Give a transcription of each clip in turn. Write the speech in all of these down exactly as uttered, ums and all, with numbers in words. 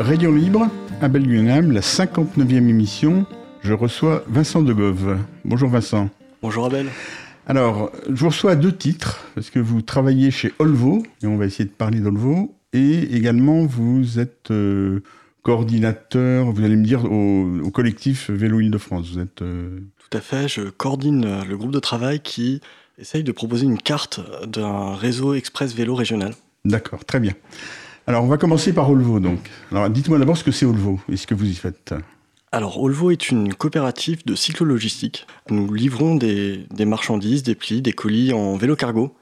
Rayon Libre, à Belguenam, la cinquante-neuvième émission. Je reçois Vincent Degauve. Bonjour Vincent. Bonjour Abel. Alors, je vous reçois à deux titres, parce que vous travaillez chez Olvo, et on va essayer de parler d'Olvo, et également vous êtes euh, coordinateur, vous allez me dire, au, au collectif Vélo Île-de-France. Vous êtes... Euh... Tout à fait, je coordonne le groupe de travail qui essaye de proposer une carte d'un réseau express vélo régional. D'accord, très bien. Alors, on va commencer par Olvo, donc. Alors, dites-moi d'abord ce que c'est Olvo et ce que vous y faites. Alors, Olvo est une coopérative de cyclo-logistique. Nous livrons des, des marchandises, des plis, des colis en vélo cargo.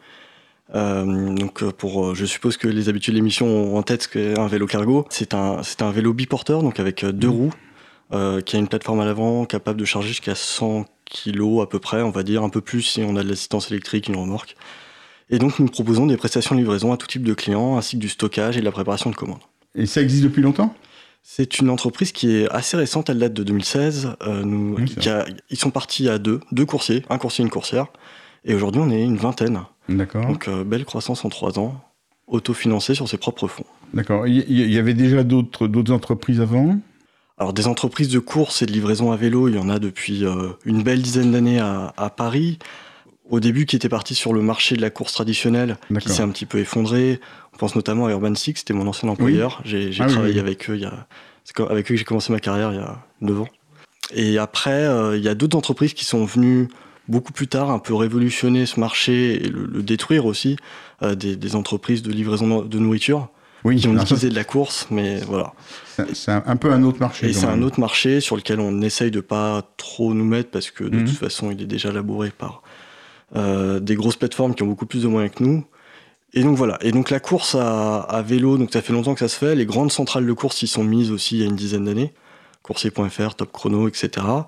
Euh, donc, pour, je suppose que les habitués de l'émission ont en tête ce qu'est un vélo cargo. C'est un, c'est un vélo biporteur, donc avec deux roues, euh, qui a une plateforme à l'avant, capable de charger jusqu'à cent kilos à peu près, on va dire, un peu plus si on a de l'assistance électrique, une remorque. Et donc, nous proposons des prestations de livraison à tout type de clients, ainsi que du stockage et de la préparation de commandes. Et ça existe depuis longtemps ? C'est une entreprise qui est assez récente, elle date de deux mille seize. Euh, nous, oui, qui a, ils sont partis à deux, deux coursiers, un coursier et une coursière. Et aujourd'hui, on est une vingtaine. D'accord. Donc, euh, belle croissance en trois ans, autofinancée sur ses propres fonds. D'accord. Il y, y avait déjà d'autres, d'autres entreprises avant ? Alors, des entreprises de course et de livraison à vélo, il y en a depuis euh, une belle dizaine d'années à, à Paris. Au début, qui était parti sur le marché de la course traditionnelle, D'accord. qui s'est un petit peu effondré. On pense notamment à Urban Six, c'était mon ancien employeur. Oui. J'ai, j'ai ah, travaillé oui, oui. avec eux, il y a, c'est avec eux que j'ai commencé ma carrière il y a neuf ans. Et après, euh, il y a d'autres entreprises qui sont venues beaucoup plus tard, un peu révolutionner ce marché et le, le détruire aussi, euh, des, des entreprises de livraison de nourriture. Oui, qui ont utilisé ça... de la course, mais voilà. C'est, c'est un, un peu un autre marché. Et c'est même. un autre marché sur lequel on essaye de pas trop nous mettre parce que de mmh. toute façon, il est déjà labouré par euh, des grosses plateformes qui ont beaucoup plus de moyens que nous. Et donc voilà. Et donc la course à, à vélo, donc ça fait longtemps que ça se fait. Les grandes centrales de course y sont mises aussi il y a une dizaine d'années. Coursier point F R, Top Chrono, et cetera.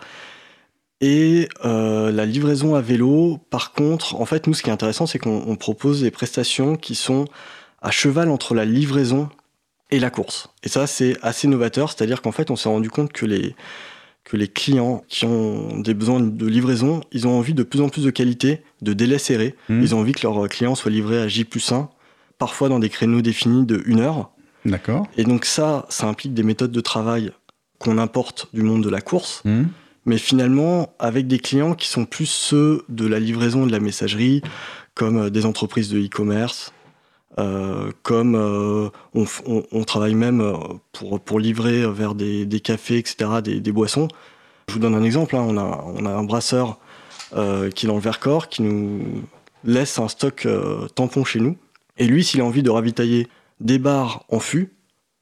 Et euh, la livraison à vélo, par contre, en fait, nous, ce qui est intéressant, c'est qu'on on propose des prestations qui sont à cheval entre la livraison et la course. Et ça, c'est assez novateur, c'est-à-dire qu'en fait, on s'est rendu compte que les, que les clients qui ont des besoins de livraison, ils ont envie de plus en plus de qualité, de délais serrés. Mmh. Ils ont envie que leurs clients soient livrés à J plus un, parfois dans des créneaux définis de une heure. D'accord. Et donc ça, ça implique des méthodes de travail qu'on importe du monde de la course, mmh. mais finalement avec des clients qui sont plus ceux de la livraison et de la messagerie, comme des entreprises de e-commerce, euh, comme euh, on, on, on travaille même pour, pour livrer vers des, des cafés, et cetera, des, des boissons. Je vous donne un exemple, hein. on, a, on a un brasseur euh, qui est dans le Vercors, qui nous laisse un stock euh, tampon chez nous, et lui, s'il a envie de ravitailler des bars en fût,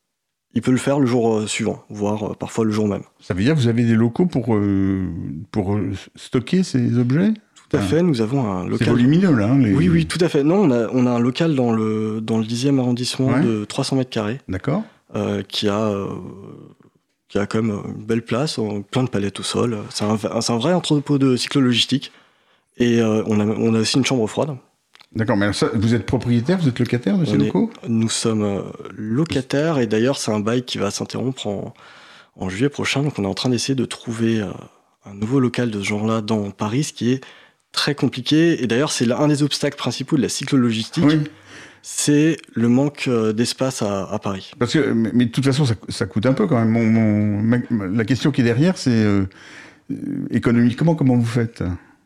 il peut le faire le jour euh, suivant, voire euh, parfois le jour même. Ça veut dire que vous avez des locaux pour, euh, pour euh, stocker ces objets ? Tout à ah. fait, nous avons un local... C'est volumineux, là hein, les... Oui, oui, tout à fait. Non, on a, on a un local dans le, dans le dixième arrondissement ouais. de trois cents mètres carrés. D'accord. Euh, qui, a, euh, qui a quand même une belle place, plein de palettes au sol. C'est un, c'est un vrai entrepôt de cyclo-logistique. Et euh, on, a, on a aussi une chambre froide. D'accord, mais alors ça, vous êtes propriétaire, vous êtes locataire de ces on locaux ? est, Nous sommes euh, locataires, et d'ailleurs c'est un bail qui va s'interrompre en, en juillet prochain, donc on est en train d'essayer de trouver euh, un nouveau local de ce genre-là dans Paris, ce qui est très compliqué, et d'ailleurs c'est l'un des obstacles principaux de la cyclo-logistique, oui. c'est le manque d'espace à, à Paris. Parce que, mais, mais de toute façon ça, ça coûte un peu quand même, mon, mon, la question qui est derrière c'est euh, économiquement comment vous faites ?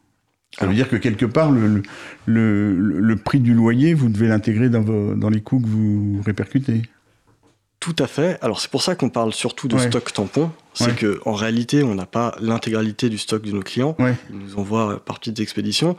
Ça veut dire que quelque part, le, le, le, le prix du loyer, vous devez l'intégrer dans, vos, dans les coûts que vous répercutez. Tout à fait. Alors c'est pour ça qu'on parle surtout de ouais. stock tampon. C'est ouais. qu'en réalité, on n'a pas l'intégralité du stock de nos clients. Ouais. Ils nous envoient par petites expéditions.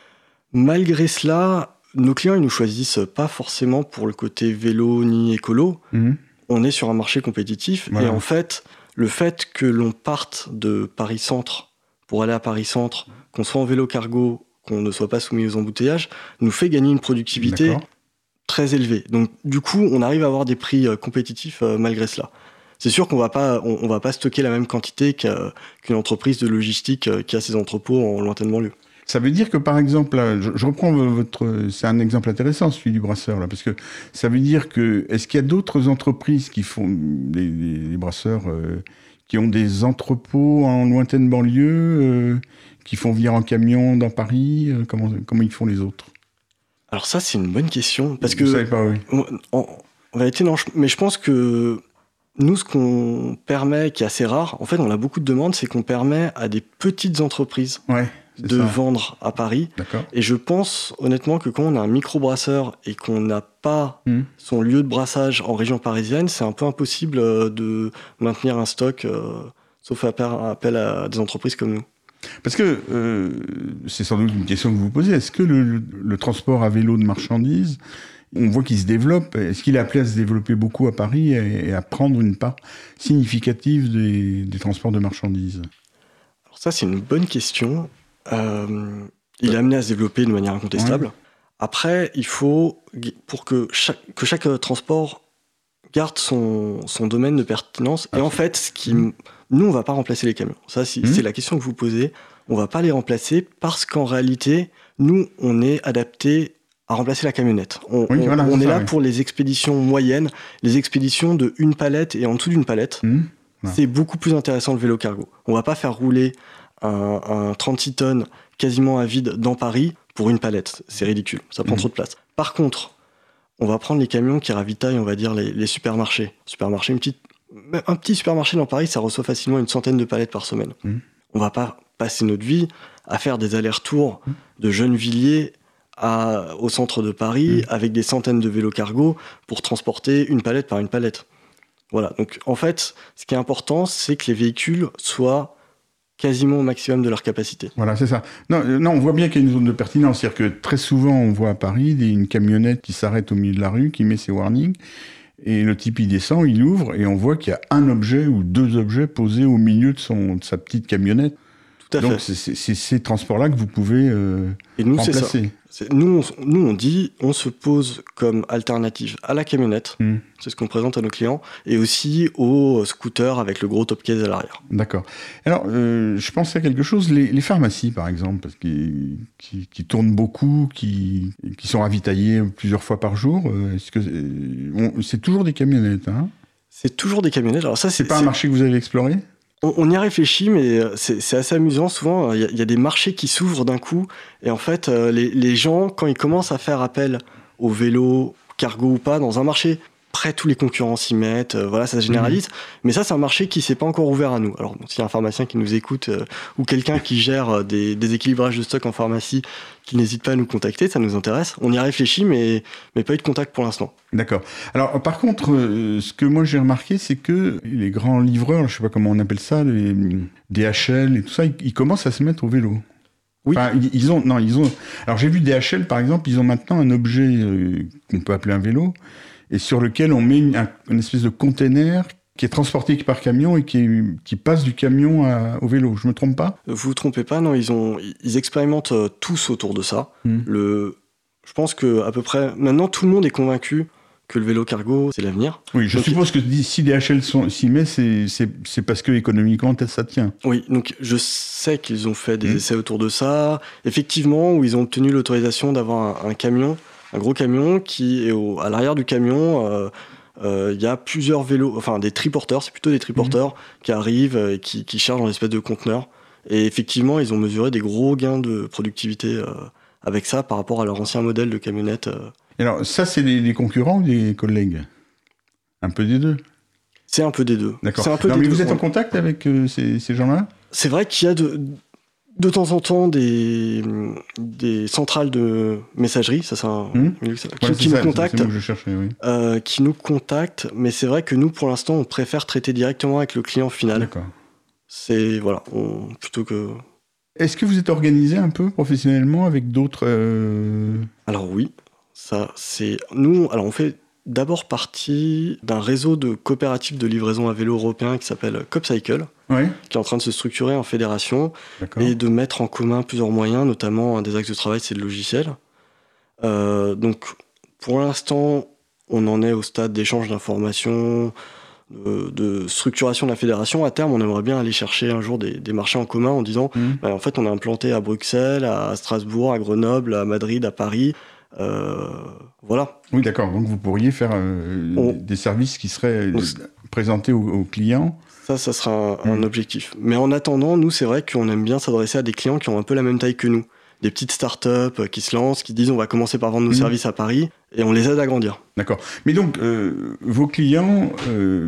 Malgré cela, nos clients, ils nous choisissent pas forcément pour le côté vélo ni écolo. Mmh. On est sur un marché compétitif. Voilà. Et en fait, le fait que l'on parte de Paris-Centre pour aller à Paris-Centre, qu'on soit en vélo cargo, qu'on ne soit pas soumis aux embouteillages, nous fait gagner une productivité D'accord. très élevée. Donc, du coup, on arrive à avoir des prix euh, compétitifs euh, malgré cela. C'est sûr qu'on va pas, on, on va pas stocker la même quantité qu'à, qu'une entreprise de logistique euh, qui a ses entrepôts en lointaine banlieue. Ça veut dire que, par exemple, là, je, je reprends votre... C'est un exemple intéressant, celui du brasseur, là, parce que ça veut dire que... Est-ce qu'il y a d'autres entreprises qui font... Les, les, les brasseurs... Euh, qui ont des entrepôts en lointaine banlieue, euh, qui font venir en camion dans Paris, euh, comment, comment ils font les autres ? Alors ça, c'est une bonne question, parce Vous que... savez pas, oui. En, en vérité, non, je, mais je pense que Nous, ce qu'on permet, qui est assez rare, en fait, on a beaucoup de demandes, c'est qu'on permet à des petites entreprises ouais, de ça. vendre à Paris. D'accord. Et je pense honnêtement que quand on a un micro-brasseur et qu'on n'a pas mmh. son lieu de brassage en région parisienne, c'est un peu impossible de maintenir un stock, euh, sauf à faire appel à des entreprises comme nous. Parce que euh, c'est sans doute une question que vous vous posez. Est-ce que le, le, le transport à vélo de marchandises, on voit qu'il se développe, est-ce qu'il est appelé à se développer beaucoup à Paris et, et à prendre une part significative des, des transports de marchandises? Alors ça, c'est une bonne question. Euh, il est amené à se développer de manière incontestable. Ouais. Après, il faut, pour que chaque, que chaque transport garde son, son domaine de pertinence. Et en fait, ce qui, mmh. nous, on ne va pas remplacer les camions. Ça, c'est, mmh. c'est la question que vous posez. On ne va pas les remplacer parce qu'en réalité, nous, on est adapté à remplacer la camionnette. On, oui, on, voilà, on est ça, là oui. pour les expéditions moyennes, les expéditions de une palette et en dessous d'une palette. Mmh. Ouais. C'est beaucoup plus intéressant le vélo cargo. On ne va pas faire rouler un, un trente-six tonnes quasiment à vide dans Paris pour une palette. C'est ridicule. Ça prend mmh. trop de place. Par contre, on va prendre les camions qui ravitaillent, on va dire, les, les supermarchés. Supermarché, une petite, un petit supermarché dans Paris, ça reçoit facilement une centaine de palettes par semaine. Mmh. On va pas passer notre vie à faire des allers-retours mmh. de Gennevilliers à, au centre de Paris mmh. avec des centaines de vélos cargo pour transporter une palette par une palette. Voilà. Donc, en fait, ce qui est important, c'est que les véhicules soient quasiment au maximum de leur capacité. Voilà, c'est ça. Non, non, on voit bien qu'il y a une zone de pertinence. C'est-à-dire que très souvent, on voit à Paris des, une camionnette qui s'arrête au milieu de la rue, qui met ses warnings, et le type, il descend, il ouvre, et on voit qu'il y a un objet ou deux objets posés au milieu de, son, de sa petite camionnette. Tout à Donc, fait. c'est, c'est, c'est ces transports-là que vous pouvez euh, et nous, remplacer. C'est ça. C'est, nous, on, nous, on dit, on se pose comme alternative à la camionnette, mmh. c'est ce qu'on présente à nos clients, et aussi aux scooters avec le gros top case à l'arrière. D'accord. Alors, euh, je pensais à quelque chose, les, les pharmacies, par exemple, parce qui, qui, qui tournent beaucoup, qui, qui sont ravitaillées plusieurs fois par jour, euh, est-ce que on, c'est toujours des camionnettes, hein? C'est toujours des camionnettes. Alors ça, c'est, c'est pas c'est... un marché que vous avez exploré? On y a réfléchi, mais c'est, c'est assez amusant. Souvent, il y, y a des marchés qui s'ouvrent d'un coup. Et en fait, euh, les, les gens, quand ils commencent à faire appel au vélo, cargo ou pas, dans un marché, après, tous les concurrents s'y mettent. Euh, voilà, ça se généralise. Mmh. Mais ça, c'est un marché qui ne s'est pas encore ouvert à nous. Alors, bon, s'il y a un pharmacien qui nous écoute euh, ou quelqu'un qui gère euh, des, des équilibrages de stock en pharmacie, qui n'hésite pas à nous contacter, ça nous intéresse. On y a réfléchi, mais, mais pas eu de contact pour l'instant. D'accord. Alors, par contre, euh, ce que moi j'ai remarqué, c'est que les grands livreurs, je ne sais pas comment on appelle ça, les D H L et tout ça, ils, ils commencent à se mettre au vélo. Oui. Enfin, ils, ils ont, non, ils ont. Alors, j'ai vu D H L, par exemple, ils ont maintenant un objet euh, qu'on peut appeler un vélo, et sur lequel on met une, un, une espèce de container qui est transporté par camion et qui, est, qui passe du camion à, au vélo. Je me trompe pas? Vous vous trompez pas, non, ils, ont, ils expérimentent euh, tous autour de ça. Mmh. Le, je pense qu'à peu près, maintenant, tout le monde est convaincu que le vélo cargo, c'est l'avenir. Oui, je donc, suppose que si D H L sont, s'y met, c'est, c'est, c'est parce que économiquement, ça tient. Oui, donc je sais qu'ils ont fait des mmh. essais autour de ça. Effectivement, où ils ont obtenu l'autorisation d'avoir un, un camion, un gros camion, qui est au, à l'arrière du camion... Euh, il euh, y a plusieurs vélos, enfin des triporteurs, c'est plutôt des triporteurs mmh. qui arrivent et qui, qui chargent dans l'espèce de conteneur. Et effectivement, ils ont mesuré des gros gains de productivité euh, avec ça par rapport à leur ancien modèle de camionnette. Euh. Et alors, ça, c'est des, des concurrents ou des collègues? Un peu des deux? C'est un peu des deux. D'accord. C'est un peu non, des mais deux. Vous êtes en contact avec euh, ces, ces gens-là? C'est vrai qu'il y a de... De temps en temps, des, des centrales de messagerie, ça c'est un mmh. qui, ouais, qui nous nous contactent, c'est, c'est que je cherchais, oui. euh, qui nous contactent, mais c'est vrai que nous, pour l'instant, on préfère traiter directement avec le client final. D'accord. C'est voilà, on, plutôt que. Est-ce que vous êtes organisé un peu professionnellement avec d'autres euh... Alors oui, ça c'est nous. Alors on fait d'abord partie d'un réseau de coopératives de livraison à vélo européen qui s'appelle CoopCycle. Oui. Qui est en train de se structurer en fédération. D'accord. Et de mettre en commun plusieurs moyens, notamment un des axes de travail, c'est le logiciel. Euh, donc, pour l'instant, on en est au stade d'échange d'informations, de, de structuration de la fédération. À terme, on aimerait bien aller chercher un jour des, des marchés en commun en disant, mmh. bah, en fait, on est implanté à Bruxelles, à Strasbourg, à Grenoble, à Madrid, à Paris. Euh, voilà. Oui, d'accord. Donc, vous pourriez faire euh, on... des services qui seraient on... présentés aux, aux clients. Ça, ça sera un, mmh. un objectif. Mais en attendant, nous, c'est vrai qu'on aime bien s'adresser à des clients qui ont un peu la même taille que nous. Des petites startups qui se lancent, qui disent on va commencer par vendre nos mmh. services à Paris, et on les aide à grandir. D'accord. Mais donc, euh, vos clients, euh,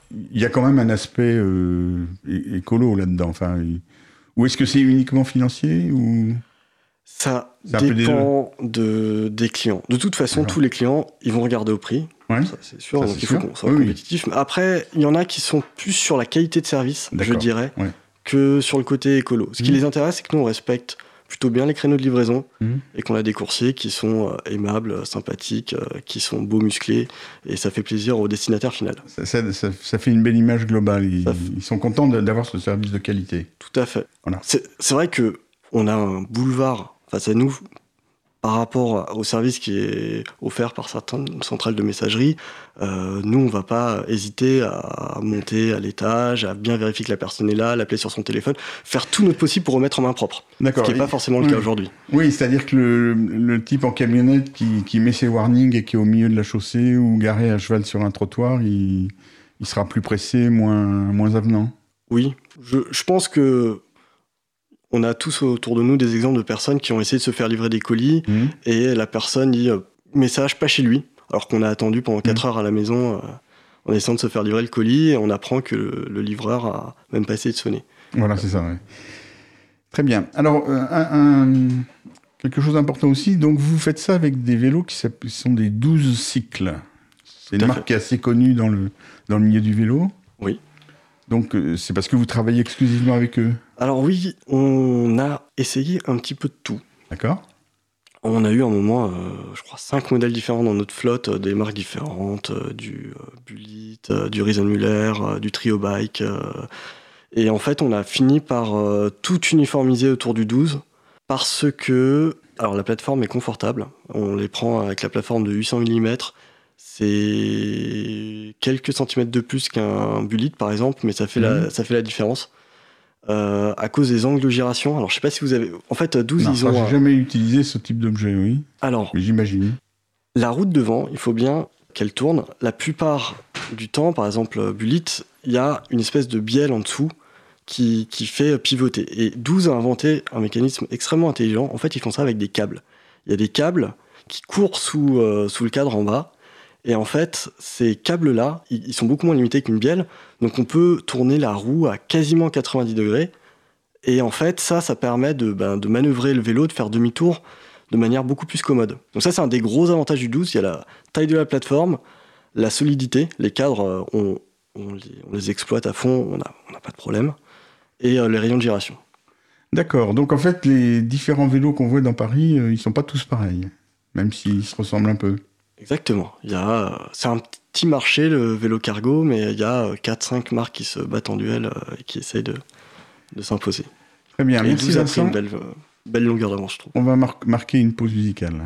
il y a quand même un aspect euh, écolo là-dedans. Enfin, ou est-ce que c'est uniquement financier ou... Ça dépend de, des clients. De toute façon, D'accord. tous les clients, ils vont regarder au prix. Ouais. Ça, c'est sûr. Ça, donc, c'est il faut sûr. qu'on soit oui, compétitif. Oui. Mais après, il y en a qui sont plus sur la qualité de service, D'accord. je dirais, ouais. que sur le côté écolo. Ce mmh. qui les intéresse, c'est que nous, on respecte plutôt bien les créneaux de livraison mmh. et qu'on a des coursiers qui sont euh, aimables, sympathiques, euh, qui sont beaux, musclés, et ça fait plaisir au destinataire final. Ça, ça, ça, ça fait une belle image globale. Ils, ils sont contents d'avoir ce service de qualité. Tout à fait. Voilà. C'est, c'est vrai qu'on a un boulevard face à nous par rapport au service qui est offert par certaines centrales de messagerie. Euh, nous, on ne va pas hésiter à monter à l'étage, à bien vérifier que la personne est là, l'appeler sur son téléphone, faire tout notre possible pour remettre en main propre. D'accord. Ce qui n'est pas forcément le oui. cas aujourd'hui. Oui, c'est-à-dire que le, le type en camionnette qui, qui met ses warnings et qui est au milieu de la chaussée ou garé à cheval sur un trottoir, il, il sera plus pressé, moins, moins avenant. Oui, je, je pense que on a tous autour de nous des exemples de personnes qui ont essayé de se faire livrer des colis mmh. et la personne dit euh, « message, pas chez lui », alors qu'on a attendu pendant quatre mmh. heures à la maison euh, en essayant de se faire livrer le colis et on apprend que le, le livreur a même pas essayé de sonner. Voilà, c'est ça, ouais. Très bien. Alors, euh, un, un, quelque chose d'important aussi, donc vous faites ça avec des vélos qui sont des douze cycles. C'est une marque qui est assez connue dans le, dans le milieu du vélo. Oui. Donc, euh, c'est parce que vous travaillez exclusivement avec eux ? Alors oui, on a essayé un petit peu de tout. D'accord. On a eu un moment, euh, je crois, cinq modèles différents dans notre flotte, euh, des marques différentes, euh, du euh, Bullitt, euh, du Riesenmüller, euh, du Trio Bike. Euh, et en fait, on a fini par euh, tout uniformiser autour du douze parce que, alors la plateforme est confortable. On les prend avec la plateforme de huit cents millimètres. C'est quelques centimètres de plus qu'un Bullitt, par exemple, mais ça fait, mmh. la, ça fait la différence. Euh, à cause des angles de giration. Alors, je sais pas si vous avez... En fait, douze, non, ils ont... j'ai un... jamais utilisé ce type d'objet, oui. Alors, mais j'imagine. La roue de devant, il faut bien qu'elle tourne. La plupart du temps, par exemple, Bullitt, il y a une espèce de bielle en dessous qui, qui fait pivoter. Et douze a inventé un mécanisme extrêmement intelligent. En fait, ils font ça avec des câbles. Il y a des câbles qui courent sous, euh, sous le cadre en bas. Et en fait, ces câbles-là, ils sont beaucoup moins limités qu'une bielle, donc on peut tourner la roue à quasiment quatre-vingt-dix degrés. Et en fait, ça, ça permet de, ben, de manœuvrer le vélo, de faire demi-tour de manière beaucoup plus commode. Donc ça, c'est un des gros avantages du douze. Il y a la taille de la plateforme, la solidité, les cadres, on, on, les, on les exploite à fond, on n'a on n'a pas de problème, et euh, les rayons de giration. D'accord, donc en fait, les différents vélos qu'on voit dans Paris, euh, ils ne sont pas tous pareils, même s'ils se ressemblent un peu. Exactement. Il y a, c'est un petit marché, le vélo cargo, mais il y a quatre cinq marques qui se battent en duel et qui essayent de, de s'imposer. Très bien, et merci Vincent. C'est une belle, belle longueur d'avance, je trouve. On va mar- marquer une pause musicale.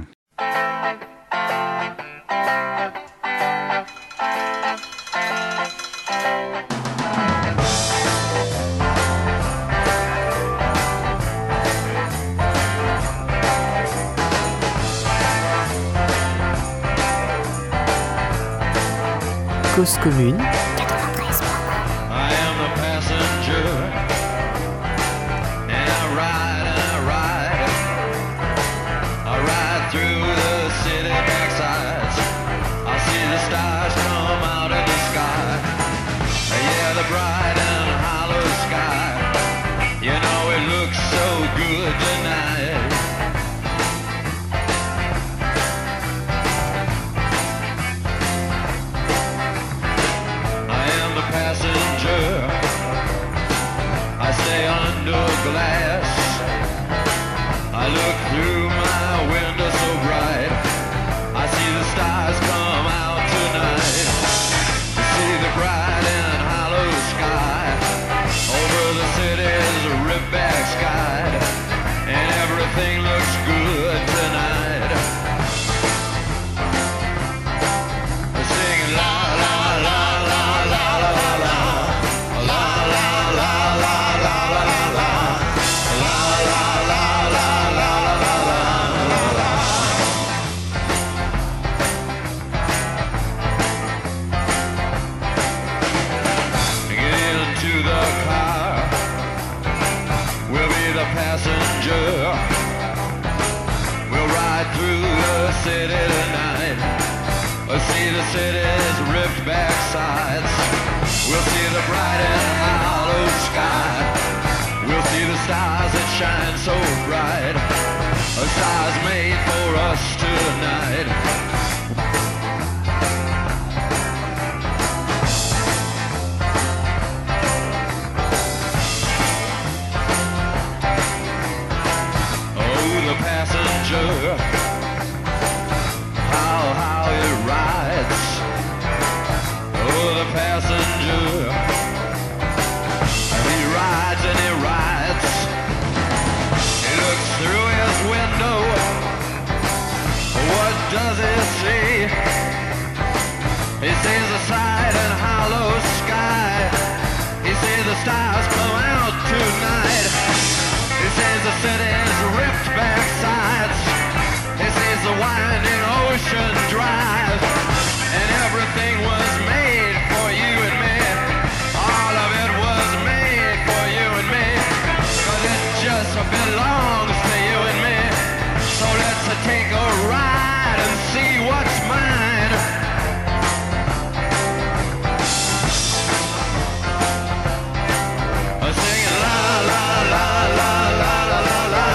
Cause commune. city's ripped back sides. We'll see the bright and hollow sky. We'll see the stars that shine so bright. A stars made for us tonight. Passenger, how, how it rides. Oh, the passenger, he rides and he rides. He looks through his window. What does he see? He sees the side and hollow sky. He sees the stars come out tonight. He sees the city's ripped back sides. He sees the winding ocean drive. And everything was made for you and me. All of it was made for you and me. Cause it just belongs to you and me. So let's take a ride and see what's mine. Singing la la la la la la la la.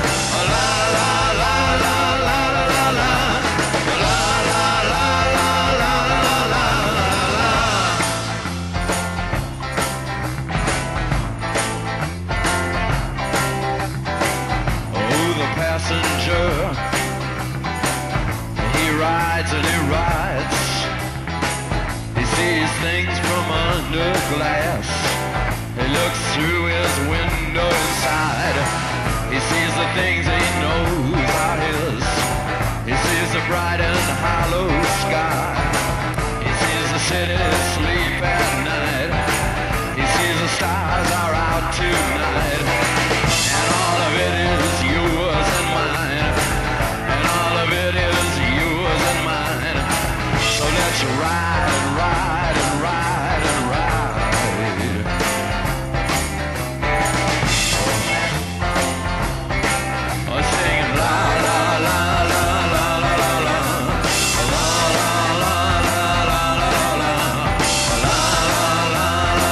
And he rides. He sees things from under glass. He looks through his window inside. He sees the things he knows are his. He sees the bright and hollow sky. He sees the city sleep at night. He sees the stars are out tonight. And all of it is yours and mine. And all of it is yours and mine. So let's ride and ride and ride and ride. Oh, singing la la la la la la la la. La la la la la la la. La la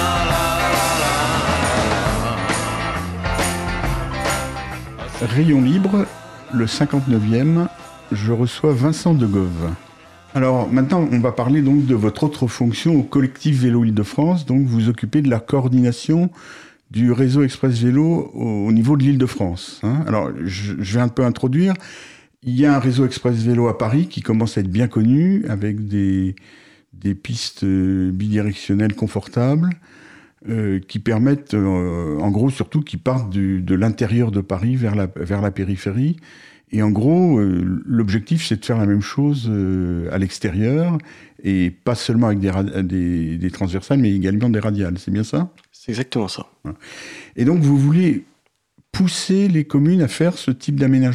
la la la la. Rayon libre, le cinquante-neuvième, je reçois Vincent Degauve. Alors maintenant, on va parler donc de votre autre fonction au collectif Vélo Île-de-France. Donc vous occupez de la coordination du réseau Express Vélo au, au niveau de l'Île-de-France. Hein. Alors je, je vais un peu introduire. Il y a un réseau Express Vélo à Paris qui commence à être bien connu avec des, des pistes bidirectionnelles confortables euh, qui permettent, euh, en gros surtout, qui partent du, de l'intérieur de Paris vers la, vers la périphérie. Et en gros, euh, l'objectif, c'est de faire la même chose euh, à l'extérieur, et pas seulement avec des, rad- des, des transversales, mais également des radiales. C'est bien ça ? C'est exactement ça. Et donc, vous voulez pousser les communes à faire ce type d'aménagement ?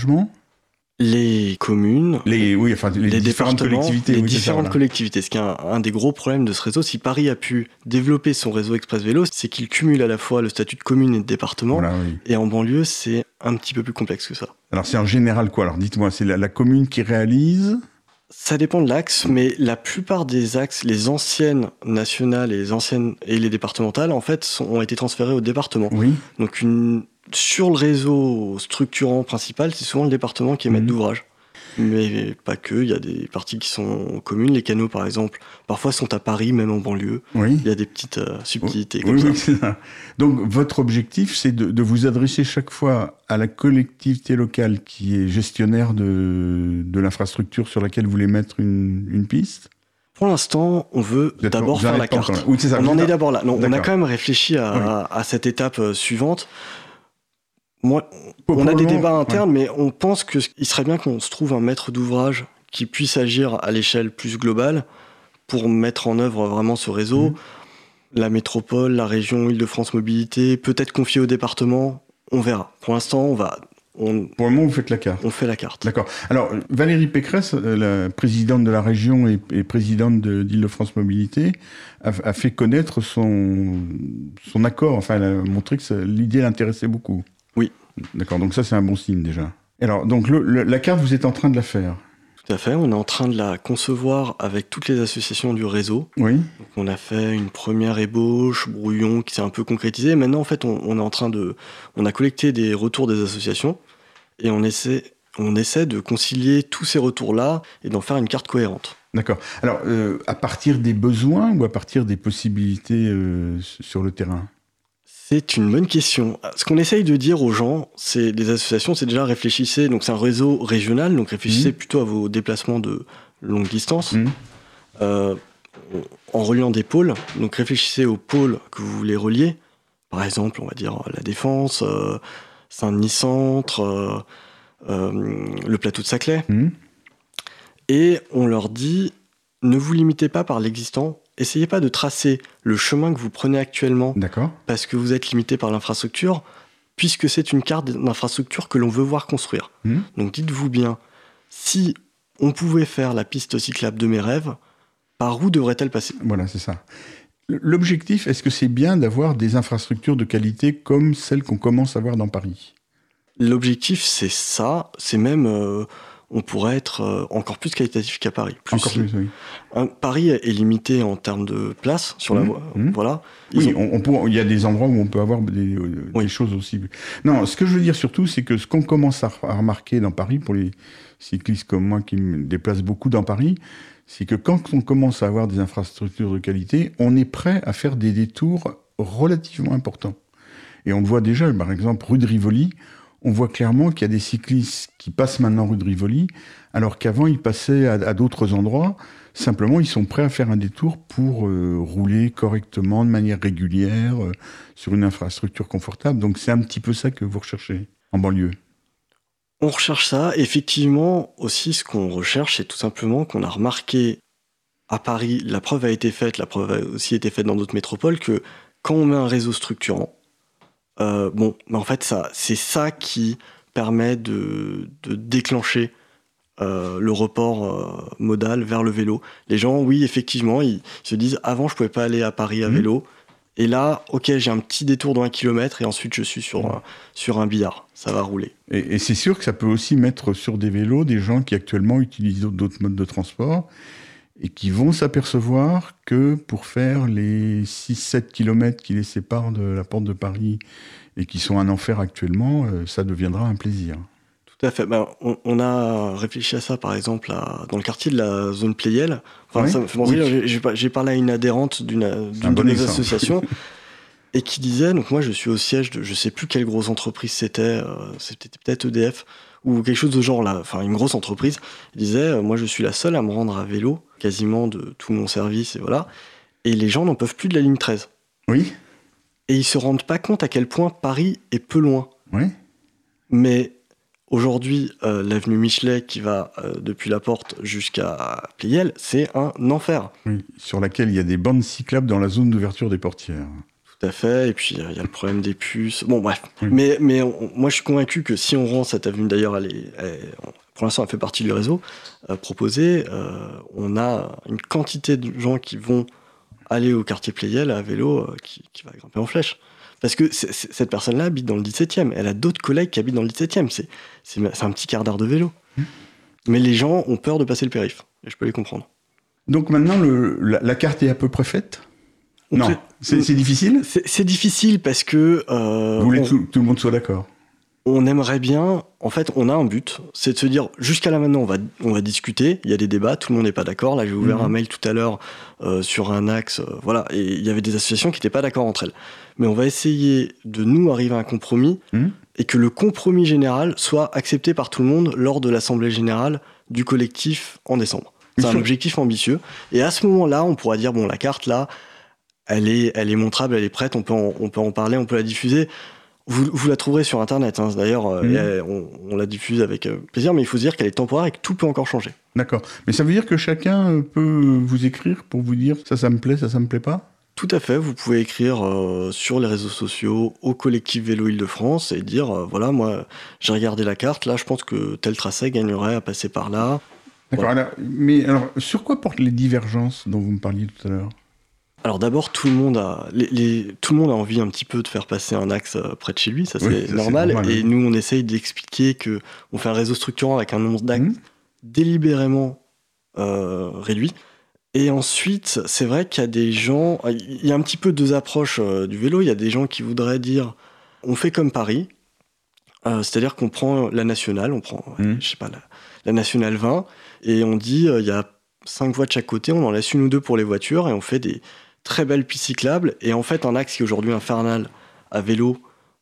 Les communes, les, oui, enfin, les, les différentes départements, collectivités. les oui, différentes c'est ça, voilà. collectivités. Ce qui est un, un des gros problèmes de ce réseau, si Paris a pu développer son réseau Express Vélo, c'est qu'il cumule à la fois le statut de commune et de département. Voilà, oui. Et en banlieue, c'est un petit peu plus complexe que ça. Alors, c'est en général quoi ? Alors, dites-moi, c'est la, la commune qui réalise ? Ça dépend de l'axe, mais la plupart des axes, les anciennes nationales et les anciennes et les départementales, en fait, sont, ont été transférées au département. Oui. Donc, une, sur le réseau structurant principal, c'est souvent le département qui est maître Mmh. d'ouvrage. Mais pas que, il y a des parties qui sont communes. Les canaux, par exemple, parfois sont à Paris, même en banlieue. Oui. Il y a des petites euh, subtilités Oui, comme oui, ça. c'est ça. Donc, votre objectif, c'est de, de vous adresser chaque fois à la collectivité locale qui est gestionnaire de, de l'infrastructure sur laquelle vous voulez mettre une, une piste ? Pour l'instant, on veut Vous êtes- d'abord vous faire en la êtes pas carte. encore là. Oui, c'est ça, On vous en êtes- est d'abord là. Non, on a D'accord. quand même réfléchi à, Oui. à cette étape euh, suivante. Moi, Pour- on pour a le des moment, débats ouais. internes, mais on pense qu'il serait bien qu'on se trouve un maître d'ouvrage qui puisse agir à l'échelle plus globale pour mettre en œuvre vraiment ce réseau. Mmh. La métropole, la région Île-de-France Mobilité, peut-être confier au département, on verra. Pour l'instant, on va, on, Pour le moment, vous faites la carte. on fait la carte. D'accord. Alors, Valérie Pécresse, euh, la présidente de la région et, et présidente de- d'Île-de-France Mobilité, a, a fait connaître son, son accord. Enfin, elle a montré que ça- l'idée l'intéressait beaucoup. Oui. D'accord. Donc ça, c'est un bon signe déjà. Alors, donc le- le- la carte, vous êtes en train de la faire. Tout à fait, on est en train de la concevoir avec toutes les associations du réseau. Oui. Donc, on a fait une première ébauche, brouillon, qui s'est un peu concrétisé. Maintenant, en fait, on, on est en train de... On a collecté des retours des associations et on essaie, on essaie de concilier tous ces retours-là et d'en faire une carte cohérente. D'accord. Alors, euh, à partir des besoins ou à partir des possibilités euh, sur le terrain ? C'est une bonne question. Ce qu'on essaye de dire aux gens, c'est les associations, c'est déjà réfléchissez. Donc c'est un réseau régional, donc réfléchissez mmh. plutôt à vos déplacements de longue distance, mmh. euh, en reliant des pôles. Donc réfléchissez aux pôles que vous voulez relier. Par exemple, on va dire la Défense, euh, Saint-Denis Centre, euh, euh, le plateau de Saclay. Mmh. Et on leur dit, ne vous limitez pas par l'existant. Essayez pas de tracer le chemin que vous prenez actuellement D'accord. parce que vous êtes limité par l'infrastructure, puisque c'est une carte d'infrastructure que l'on veut voir construire. Mmh. Donc dites-vous bien, si on pouvait faire la piste cyclable de mes rêves, par où devrait-elle passer ? Voilà, c'est ça. L'objectif, est-ce que c'est bien d'avoir des infrastructures de qualité comme celles qu'on commence à voir dans Paris ? L'objectif, c'est ça. C'est même... Euh, on pourrait être euh, encore plus qualitatif qu'à Paris. Plus, encore plus, oui. Un, Paris est limité en termes de place sur mmh, la voie. Mmh. Voilà. Ils oui, ont... on, on peut, il y a des endroits où on peut avoir des, des oui. choses aussi. Non, ce que je veux dire surtout, c'est que ce qu'on commence à, à remarquer dans Paris, pour les cyclistes comme moi qui me déplacent beaucoup dans Paris, c'est que quand on commence à avoir des infrastructures de qualité, on est prêt à faire des détours relativement importants. Et on le voit déjà, par exemple, rue de Rivoli, on voit clairement qu'il y a des cyclistes qui passent maintenant rue de Rivoli, alors qu'avant, ils passaient à, à d'autres endroits. Simplement, ils sont prêts à faire un détour pour euh, rouler correctement, de manière régulière, euh, sur une infrastructure confortable. Donc, c'est un petit peu ça que vous recherchez en banlieue. On recherche ça. Effectivement, aussi, ce qu'on recherche, c'est tout simplement qu'on a remarqué à Paris, la preuve a été faite, la preuve a aussi été faite dans d'autres métropoles, que quand on met un réseau structurant, Euh, bon, mais en fait, ça, c'est ça qui permet de, de déclencher euh, le report euh, modal vers le vélo. Les gens, oui, effectivement, ils se disent avant, je pouvais pas aller à Paris à vélo, mmh. et là, ok, j'ai un petit détour d'un kilomètre, et ensuite, je suis sur, mmh. un, sur un billard. Ça va rouler. Et, et c'est sûr que ça peut aussi mettre sur des vélos des gens qui actuellement utilisent d'autres modes de transport et qui vont s'apercevoir que pour faire les six sept kilomètres qui les séparent de la porte de Paris et qui sont un enfer actuellement, euh, ça deviendra un plaisir. Tout à fait. Ben, on, on a réfléchi à ça, par exemple, à, dans le quartier de la zone Pleyel. Enfin, oui, ça me fait penser, oui. j'ai, j'ai parlé à une adhérente d'une, d'une de nos associations et qui disait, donc moi je suis au siège de, je sais plus quelle grosse entreprise c'était, euh, c'était peut-être E D F, ou quelque chose de genre là, enfin une grosse entreprise, il disait, euh, moi je suis la seule à me rendre à vélo, quasiment de tout mon service, et voilà, et les gens n'en peuvent plus de la ligne treize. Oui. Et ils se rendent pas compte à quel point Paris est peu loin. Oui. Mais aujourd'hui, euh, l'avenue Michelet qui va euh, depuis la Porte jusqu'à Pleyel, c'est un enfer. Oui, sur laquelle il y a des bandes cyclables dans la zone d'ouverture des portières. Tout à fait, et puis il euh, y a le problème des puces. Bon, bref. Oui. Mais, mais on, moi, je suis convaincu que si on rend cette avenue, d'ailleurs, elle est, elle est, pour l'instant, elle fait partie du réseau euh, proposé, euh, on a une quantité de gens qui vont aller au quartier Pleyel à vélo euh, qui, qui va grimper en flèche. Parce que c'est, c'est, cette personne-là habite dans le dix-septième. Elle a d'autres collègues qui habitent dans le dix-septième. C'est, c'est, c'est un petit quart d'heure de vélo. Mmh. Mais les gens ont peur de passer le périph'. Et je peux les comprendre. Donc maintenant, le, la, la carte est à peu près faite ? On non, peut... c'est, c'est difficile c'est, c'est difficile parce que... Euh, Vous voulez on... que tout, tout le monde soit d'accord ? On aimerait bien... En fait, on a un but. C'est de se dire, jusqu'à là maintenant, on va, on va discuter. Il y a des débats. Tout le monde n'est pas d'accord. Là, j'ai ouvert mmh. un mail tout à l'heure euh, sur un axe. Euh, voilà. Et il y avait des associations qui n'étaient pas d'accord entre elles. Mais on va essayer de nous arriver à un compromis mmh. et que le compromis général soit accepté par tout le monde lors de l'Assemblée générale du collectif en décembre. C'est un objectif ambitieux. Et à ce moment-là, on pourra dire, bon, la carte, là, elle est, elle est montrable, elle est prête, on peut en, on peut en parler, on peut la diffuser. Vous, vous la trouverez sur Internet, hein. D'ailleurs, mmh. euh, on, on la diffuse avec euh, plaisir, mais il faut se dire qu'elle est temporaire et que tout peut encore changer. D'accord. Mais ça veut dire que chacun peut vous écrire pour vous dire ça, ça me plaît, ça, ça me plaît pas ? Tout à fait. Vous pouvez écrire euh, sur les réseaux sociaux au collectif Vélo Île-de-France et dire euh, voilà, moi, j'ai regardé la carte, là, je pense que tel tracé gagnerait à passer par là. D'accord. Voilà. Alors, mais alors, sur quoi portent les divergences dont vous me parliez tout à l'heure ? Alors d'abord, tout le monde a, les, les, tout le monde a envie un petit peu de faire passer un axe près de chez lui, ça c'est, oui, ça, normal. c'est normal. Et oui. Nous, on essaye d'expliquer que on fait un réseau structurant avec un nombre d'axes mmh. délibérément euh, réduit. Et ensuite, c'est vrai qu'il y a des gens... Il y a un petit peu deux approches euh, du vélo. Il y a des gens qui voudraient dire on fait comme Paris, euh, c'est-à-dire qu'on prend la nationale, on prend, Mmh. je sais pas, la, la nationale vingt, et on dit euh, il y a cinq voies de chaque côté, on en laisse une ou deux pour les voitures, et on fait des très belles pistes cyclables. Et en fait, un axe qui est aujourd'hui infernal à vélo,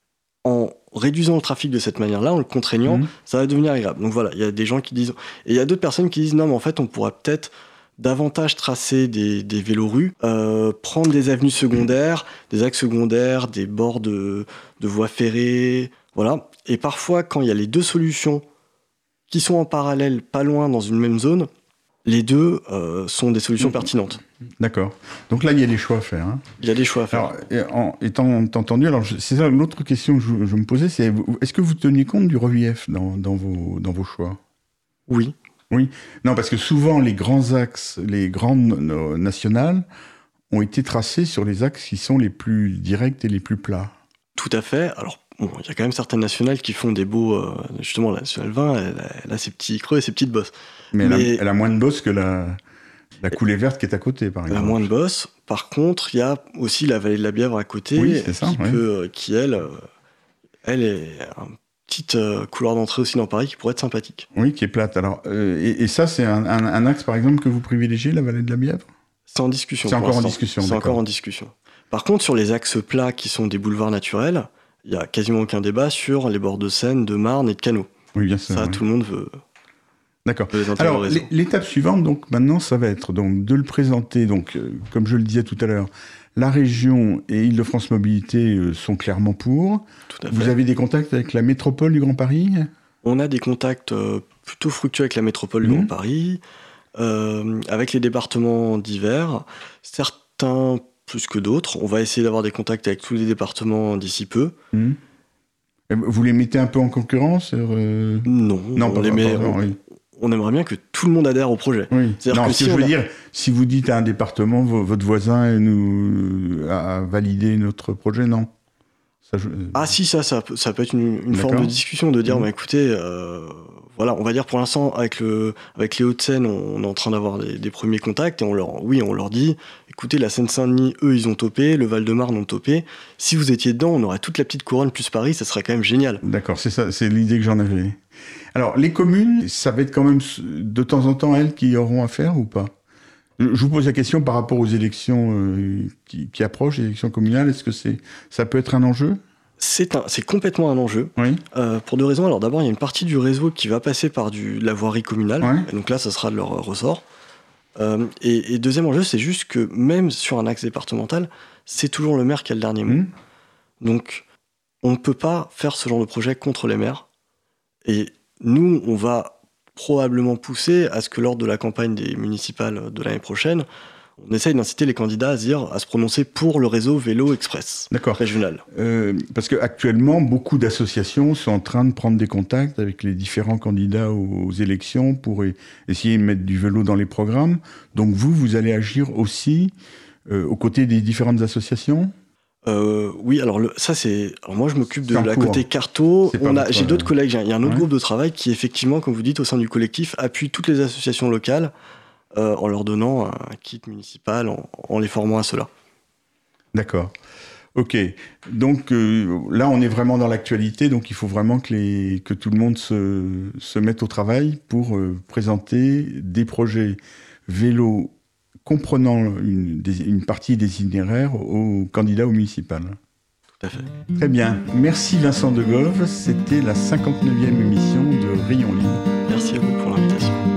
en réduisant le trafic de cette manière-là, en le contraignant, Mmh. ça va devenir agréable. Donc voilà, il y a des gens qui disent... Et il y a d'autres personnes qui disent non, mais en fait, on pourrait peut-être davantage tracer des, des vélorues, euh, prendre des avenues secondaires, des axes secondaires, des bords de, de voies ferrées, voilà. Et parfois, quand il y a les deux solutions qui sont en parallèle, pas loin, dans une même zone, les deux euh, sont des solutions Mmh. pertinentes. D'accord. Donc là, il y a des choix à faire. Hein. Il y a des choix à faire. Alors, et en étant entendu, alors je- c'est ça l'autre question que je, je me posais, c'est est-ce que vous teniez compte du relief dans, dans, vos, dans vos choix? Oui. Oui. Non, parce que souvent les grands axes, les grandes no- nationales ont été tracés sur les axes qui sont les plus directs et les plus plats. Tout à fait. Alors, bon, il y a quand même certaines nationales qui font des beaux... euh, justement, la nationale vingt, elle, a- elle a ses petits creux et ses petites bosses. Mais, Mais- Elle, a, elle a moins de bosses que la, la coulée verte qui est à côté, par Elle a exemple. moins de bosses. Par contre, il y a aussi la vallée de la Bièvre à côté, Oui, c'est ça, qui, ouais. peut, qui, elle, euh, elle est un petit euh, couloir d'entrée aussi dans Paris qui pourrait être sympathique. Oui, qui est plate. Alors, euh, et, et ça, c'est un, un, un axe, par exemple, que vous privilégiez, la vallée de la Bièvre? C'est en discussion. C'est pour encore en l'instant. discussion, C'est d'accord. encore en discussion. Par contre, sur les axes plats qui sont des boulevards naturels, il n'y a quasiment aucun débat sur les bords de Seine, de Marne et de canaux. Oui, bien sûr. Ça, oui. tout le monde veut, D'accord. veut les intégrer au Alors, réseau. l'é- l'étape suivante, donc maintenant, ça va être donc de le présenter. Donc, euh, comme je le disais tout à l'heure, la région et Île-de-France Mobilité euh, sont clairement pour. Tout à Vous fait. avez des contacts avec la métropole du Grand Paris? On a des contacts euh, plutôt fructueux avec la métropole du Mhm. Grand Paris, euh, avec les départements divers, certains plus que d'autres. On va essayer d'avoir des contacts avec tous les départements d'ici peu. Hmm. Et Vous les mettez un peu en concurrence euh, Non, Non, on, pas les met- pardon, on, oui. on aimerait bien que tout le monde adhère au projet. Oui. C'est-à-dire Non, que ce que si je on veux a- dire, si vous dites à un département, vo- votre voisin nous a validé notre projet, non. Ça, je- Ah si, ça, ça, peut- ça peut être une, une forme D'accord. de discussion, de dire, Mhm. bah, écoutez, euh, voilà, on va dire pour l'instant, avec, le, avec les Hauts-de-Seine, on, on est en train d'avoir des, des premiers contacts, et on leur, oui, on leur dit, écoutez, la Seine-Saint-Denis, eux, ils ont topé, le Val-de-Marne ont topé. Si vous étiez dedans, on aurait toute la petite couronne plus Paris, ça serait quand même génial. D'accord, c'est ça, c'est l'idée que j'en avais. Alors, les communes, ça va être quand même de temps en temps elles qui auront à faire ou pas? Je je vous pose la question par rapport aux élections euh, qui, qui approchent, les élections communales. Est-ce que c'est, ça peut être un enjeu? C'est un- c'est complètement un enjeu, Oui. euh, pour deux raisons. Alors d'abord, il y a une partie du réseau qui va passer par du, la voirie communale, Ouais. et donc là, ça sera de leur ressort. Euh, et, et deuxième enjeu, c'est juste que même sur un axe départemental, c'est toujours le maire qui a le dernier mot. Hmm. Donc, on ne peut pas faire ce genre de projet contre les maires. Et nous, on va probablement pousser à ce que lors de la campagne des municipales de l'année prochaine, on essaye d'inciter les candidats à se dire, à se prononcer pour le réseau vélo express D'accord. régional. Euh, parce qu'actuellement, beaucoup d'associations sont en train de prendre des contacts avec les différents candidats aux, aux élections pour e- essayer de mettre du vélo dans les programmes. Donc vous, vous allez agir aussi euh, aux côtés des différentes associations? Euh, oui, alors le, ça c'est. Alors moi je m'occupe de C'est en la cours. côté carto. C'est pas On a, votre- j'ai d'autres collègues. j'ai- Il y a un autre Ouais. groupe de travail qui effectivement, comme vous dites, au sein du collectif, appuie toutes les associations locales euh, en leur donnant un kit municipal, en, en les formant à cela. D'accord. Ok. Donc euh, là, on est vraiment dans l'actualité, donc il faut vraiment que, les, que tout le monde se, se mette au travail pour euh, présenter des projets vélo comprenant une, des- une partie des itinéraires aux candidats au municipal. Tout à fait. Très bien. Merci Vincent De Gauve. C'était la cinquante-neuvième émission de Rayon Libre. Merci à vous pour l'invitation.